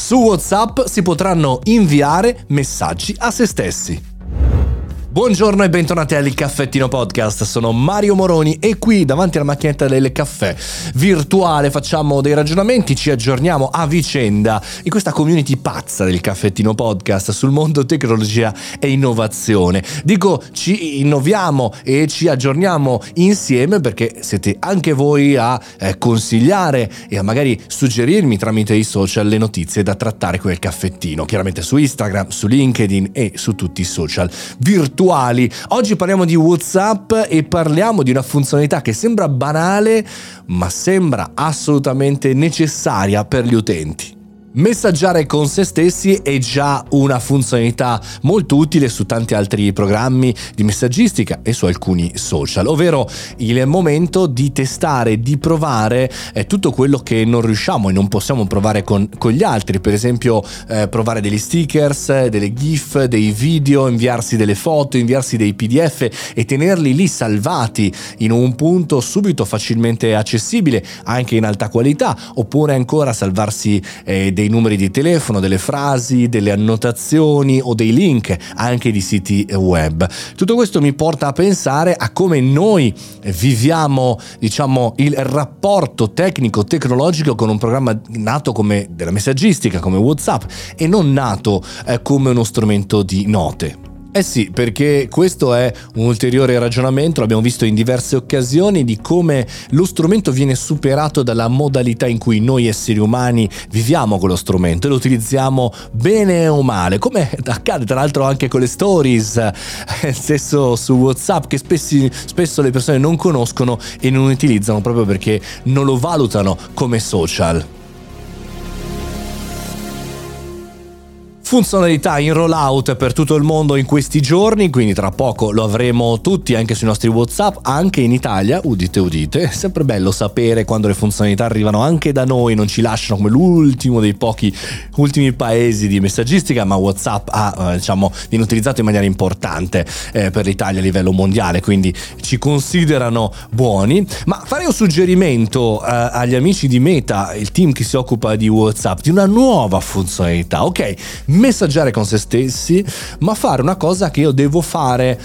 Su WhatsApp si potranno inviare messaggi a se stessi. Buongiorno e bentornati al Caffettino Podcast, sono Mario Moroni e qui davanti alla macchinetta del caffè virtuale facciamo dei ragionamenti, ci aggiorniamo a vicenda in questa community pazza del Caffettino Podcast sul mondo tecnologia e innovazione. Dico ci innoviamo e ci aggiorniamo insieme perché siete anche voi a consigliare e a magari suggerirmi tramite i social le notizie da trattare con il caffettino, chiaramente su Instagram, su LinkedIn e su tutti i social virtuali. Oggi parliamo di WhatsApp e parliamo di una funzionalità che sembra banale, ma sembra assolutamente necessaria per gli utenti. Messaggiare con se stessi è già una funzionalità molto utile su tanti altri programmi di messaggistica e su alcuni social, ovvero il momento di testare, di provare tutto quello che non riusciamo e non possiamo provare con gli altri, per esempio provare degli stickers, delle GIF, dei video, inviarsi delle foto, inviarsi dei PDF e tenerli lì salvati in un punto subito facilmente accessibile, anche in alta qualità, oppure ancora salvarsi dei numeri di telefono, delle frasi, delle annotazioni o dei link anche di siti web. Tutto questo mi porta a pensare a come noi viviamo, il rapporto tecnico-tecnologico con un programma nato come della messaggistica, come WhatsApp, e non nato come uno strumento di note. Eh sì, perché questo è un ulteriore ragionamento, l'abbiamo visto in diverse occasioni, di come lo strumento viene superato dalla modalità in cui noi esseri umani viviamo con lo strumento e lo utilizziamo bene o male, come accade tra l'altro anche con le stories, stesso su WhatsApp, che spesso le persone non conoscono e non utilizzano proprio perché non lo valutano come social. Funzionalità in rollout per tutto il mondo in questi giorni, quindi tra poco lo avremo tutti anche sui nostri WhatsApp, anche in Italia, udite udite. È sempre bello sapere quando le funzionalità arrivano anche da noi, non ci lasciano come l'ultimo dei pochi ultimi paesi di messaggistica, ma WhatsApp viene utilizzato in maniera importante per l'Italia a livello mondiale, quindi ci considerano buoni. Ma fare un suggerimento agli amici di Meta, il team che si occupa di WhatsApp, di una nuova funzionalità, ok? Messaggiare con se stessi, ma fare una cosa che io devo fare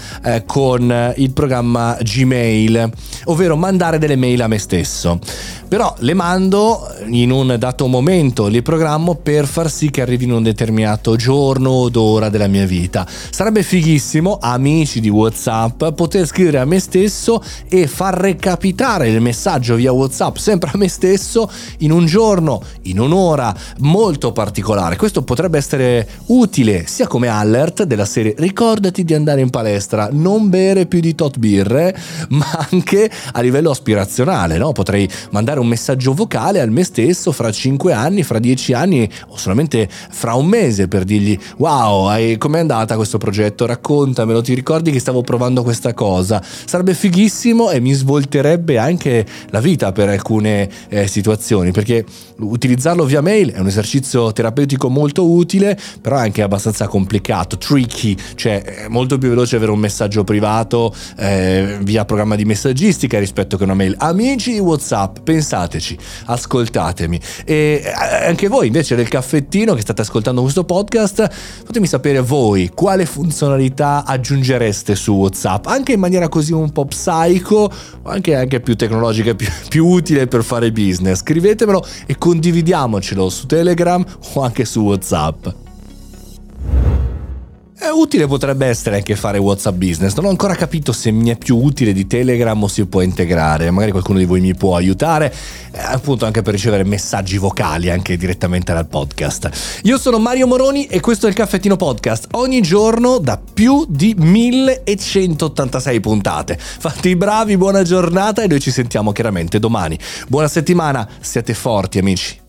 con il programma Gmail, ovvero mandare delle mail a me stesso. Però le mando in un dato momento, le programmo per far sì che arrivino in un determinato giorno o ora della mia vita. Sarebbe fighissimo, amici di WhatsApp, poter scrivere a me stesso e far recapitare il messaggio via WhatsApp sempre a me stesso in un giorno, in un'ora molto particolare. Questo potrebbe essere utile sia come alert della serie ricordati di andare in palestra, non bere più di tot birre, ma anche a livello aspirazionale, no? Potrei mandare un messaggio vocale al me stesso fra 5 anni, fra 10 anni o solamente fra un mese per dirgli wow, com'è andata questo progetto, raccontamelo, ti ricordi che stavo provando questa cosa? Sarebbe fighissimo e mi svolterebbe anche la vita per alcune situazioni, perché utilizzarlo via mail è un esercizio terapeutico molto utile, però è anche abbastanza complicato, tricky, cioè è molto più veloce avere un messaggio privato via programma di messaggistica rispetto che una mail. Amici WhatsApp, pensateci, ascoltatemi. E anche voi invece del caffettino che state ascoltando questo podcast, fatemi sapere voi quale funzionalità aggiungereste su WhatsApp, anche in maniera così un po' psycho, o anche più tecnologica, più utile per fare business. Scrivetemelo e condividiamocelo su Telegram o anche su WhatsApp. Utile potrebbe essere anche fare WhatsApp Business, non ho ancora capito se mi è più utile di Telegram o si può integrare, magari qualcuno di voi mi può aiutare, appunto anche per ricevere messaggi vocali anche direttamente dal podcast. Io sono Mario Moroni e questo è il Caffettino Podcast, ogni giorno da più di 1186 puntate. Fate i bravi, buona giornata e noi ci sentiamo chiaramente domani. Buona settimana, siate forti amici.